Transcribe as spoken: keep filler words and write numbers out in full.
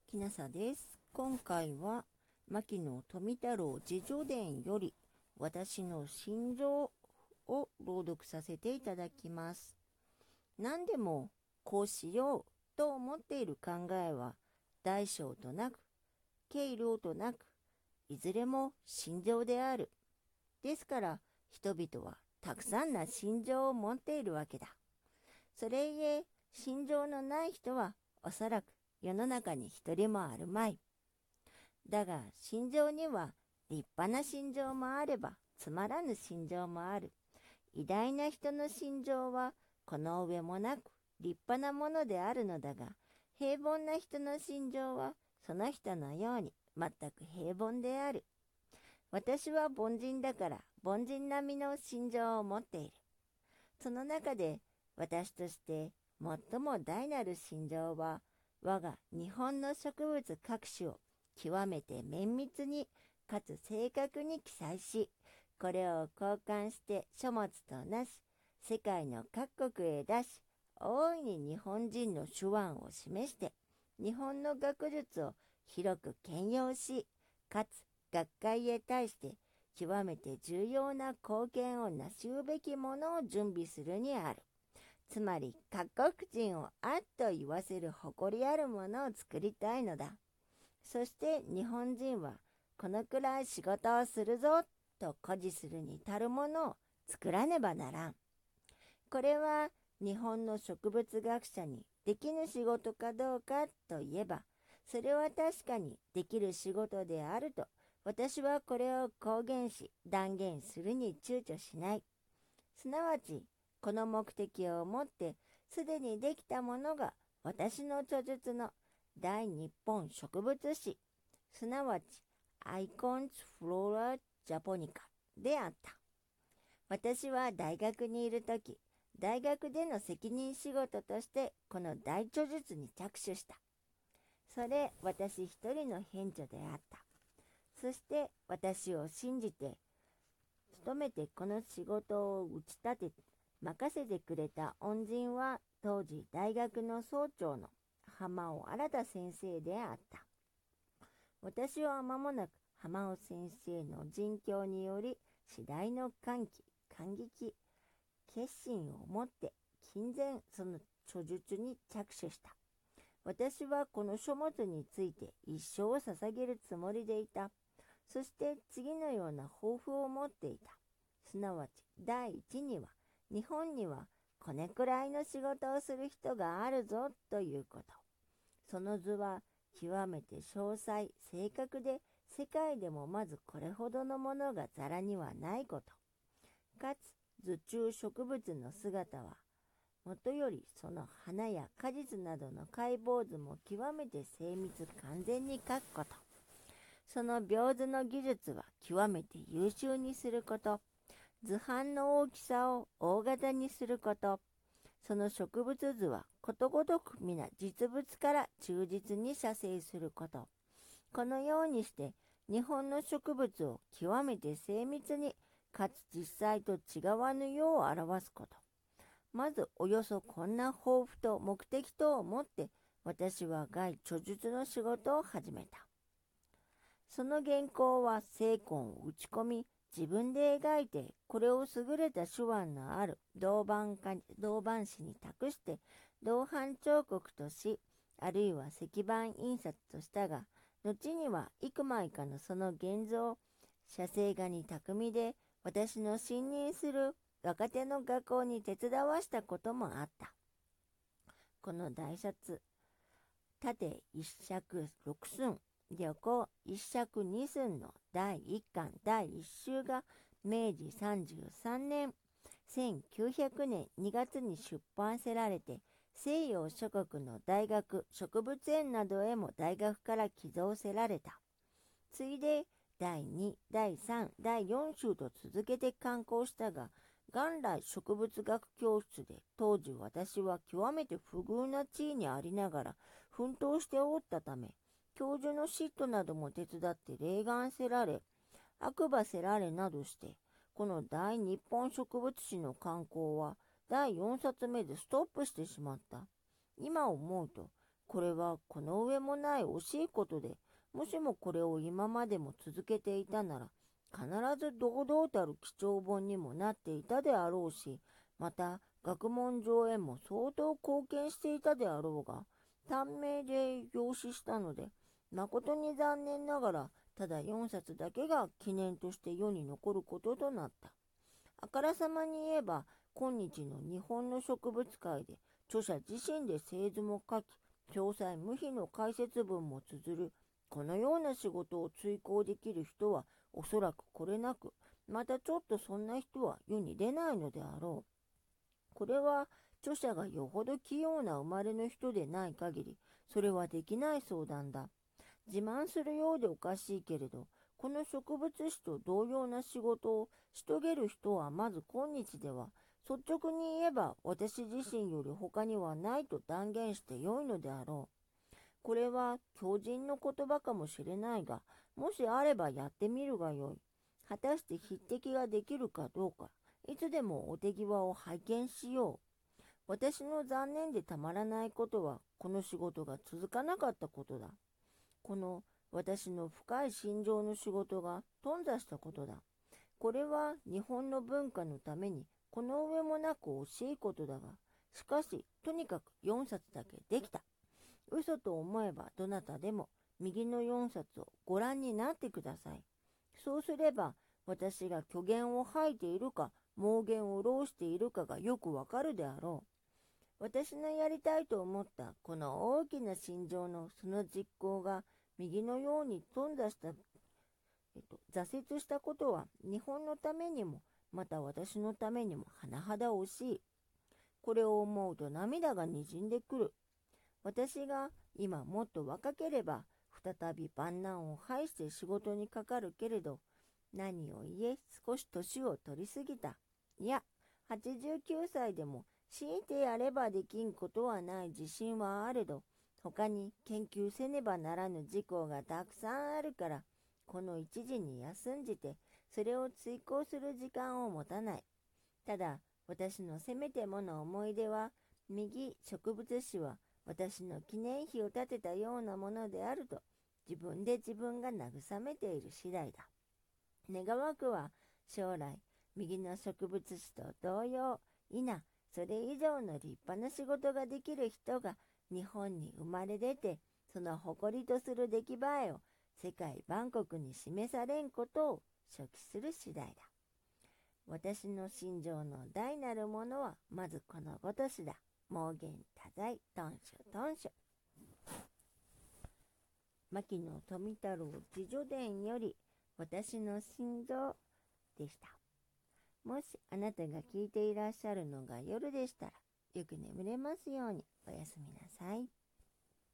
きなさです。今回は牧野富太郎自叙伝より私の心情を朗読させていただきます。何でもこうしようと思っている考えは大小となく軽量となくいずれも心情である。ですから人々はたくさんな心情を持っているわけだ。それゆえ心情のない人はおそらく世の中に一人もあるまい。だが心情には立派な心情もあればつまらぬ心情もある。偉大な人の心情はこの上もなく立派なものであるのだが、平凡な人の心情はその人のように全く平凡である。私は凡人だから凡人並みの心情を持っている。その中で私として最も大なる心情は、我が日本の植物各種を極めて綿密にかつ正確に記載し、これを交換して書物となし、世界の各国へ出し、大いに日本人の手腕を示して、日本の学術を広く兼用し、かつ学会へ対して極めて重要な貢献を成し得べきものを準備するにある。つまり各国人をあっと言わせる誇りあるものを作りたいのだ。そして日本人はこのくらい仕事をするぞと誇示するに足るものを作らねばならん。これは日本の植物学者にできぬ仕事かどうかといえば、それは確かにできる仕事であると私はこれを公言し断言するに躊躇しない。すなわちこの目的をもってすでにできたものが私の著述の大日本植物誌、すなわち Icons Flora Japonica であった。私は大学にいるとき、大学での責任仕事としてこの大著述に着手した。それ私一人の偏著であった。そして私を信じて努めてこの仕事を打ち立て任せてくれた恩人は当時大学の総長の浜尾新先生であった。私は間もなく浜尾先生の尽教により次第の歓喜感激決心を持って近前その著述に着手した。私はこの書物について一生を捧げるつもりでいた。そして次のような抱負を持っていた。すなわち第一には日本にはこれくらいの仕事をする人があるぞということ。その図は極めて詳細正確で世界でもまずこれほどのものがざらにはないこと。かつ図中植物の姿はもとよりその花や果実などの解剖図も極めて精密完全に描くこと。その描図の技術は極めて優秀にすること。図版の大きさを大型にすること。その植物図はことごとく皆実物から忠実に写生すること。このようにして日本の植物を極めて精密にかつ実際と違わぬよう表すこと。まずおよそこんな抱負と目的とをもって私は外著述の仕事を始めた。その原稿は精魂を打ち込み、自分で描いて、これを優れた手腕のある銅板家銅板師に託して、銅版彫刻とし、あるいは石板印刷としたが、後には幾枚かのその現像、写生画に巧みで、私の信任する若手の画工に手伝わしたこともあった。この大札、縦一尺六寸、横一尺二寸のだいいっかんだいいっ週が明治さんじゅうさんねんせんきゅうひゃくねんにがつに出版せられて、西洋諸国の大学植物園などへも大学から寄贈せられた。ついでだいに、だいさん、だいよん週と続けて刊行したが、元来植物学教室で当時私は極めて不遇な地位にありながら奮闘しておったため、教授の嫉妬なども手伝って冷眼せられ、悪馬せられなどして、この大日本植物誌の刊行はだいよんさつめでストップしてしまった。今思うと、 これはこの上もない惜しいことで、もしもこれを今までも続けていたなら、必ず堂々たる貴重本にもなっていたであろうし、また学問上へも相当貢献していたであろうが、短命で病死したので、誠に残念ながら、ただよんさつだけが記念として世に残ることとなった。あからさまに言えば、今日の日本の植物界で、著者自身で製図も書き、詳細無比の解説文も綴る、このような仕事を追行できる人は、おそらくこれなく、またちょっとそんな人は世に出ないのであろう。これは、著者がよほど器用な生まれの人でない限り、それはできない相談だ。自慢するようでおかしいけれど、この植物史と同様な仕事をし遂げる人はまず今日では、率直に言えば私自身より他にはないと断言してよいのであろう。これは強靭の言葉かもしれないが、もしあればやってみるがよい。果たして匹敵ができるかどうか、いつでもお手際を拝見しよう。私の残念でたまらないことは、この仕事が続かなかったことだ。この私の深い心情の仕事が頓挫したことだ。これは日本の文化のためにこの上もなく惜しいことだが、しかしとにかくよんさつだけできた。嘘と思えばどなたでも右のよんさつをご覧になってください。そうすれば私が虚言を吐いているか妄言を浪しているかがよくわかるであろう。私のやりたいと思ったこの大きな心情のその実行が右のように頓挫した、えっと、挫折したことは日本のためにもまた私のためにも甚だ惜しい。これを思うと涙がにじんでくる。私が今もっと若ければ再び万難を排して仕事にかかるけれど、何を言え少し年を取りすぎた。いや、はちじゅうきゅうさいでも強いてやればできんことはない自信はあれど、他に研究せねばならぬ事項がたくさんあるから、この一時に休んじて、それを追行する時間を持たない。ただ、私のせめてもの思い出は、右植物史は私の記念碑を立てたようなものであると、自分で自分が慰めている次第だ。願わくは、将来、右の植物史と同様、いな、それ以上の立派な仕事ができる人が、日本に生まれ出て、その誇りとする出来栄えを世界万国に示されんことを初期する次第だ。私の心情の大なるものはまずこのごとしだ。妄言多罪、頓所頓所。牧野富太郎自叙伝より私の心臓でした。もしあなたが聞いていらっしゃるのが夜でしたら、よく眠れますように。おやすみなさい。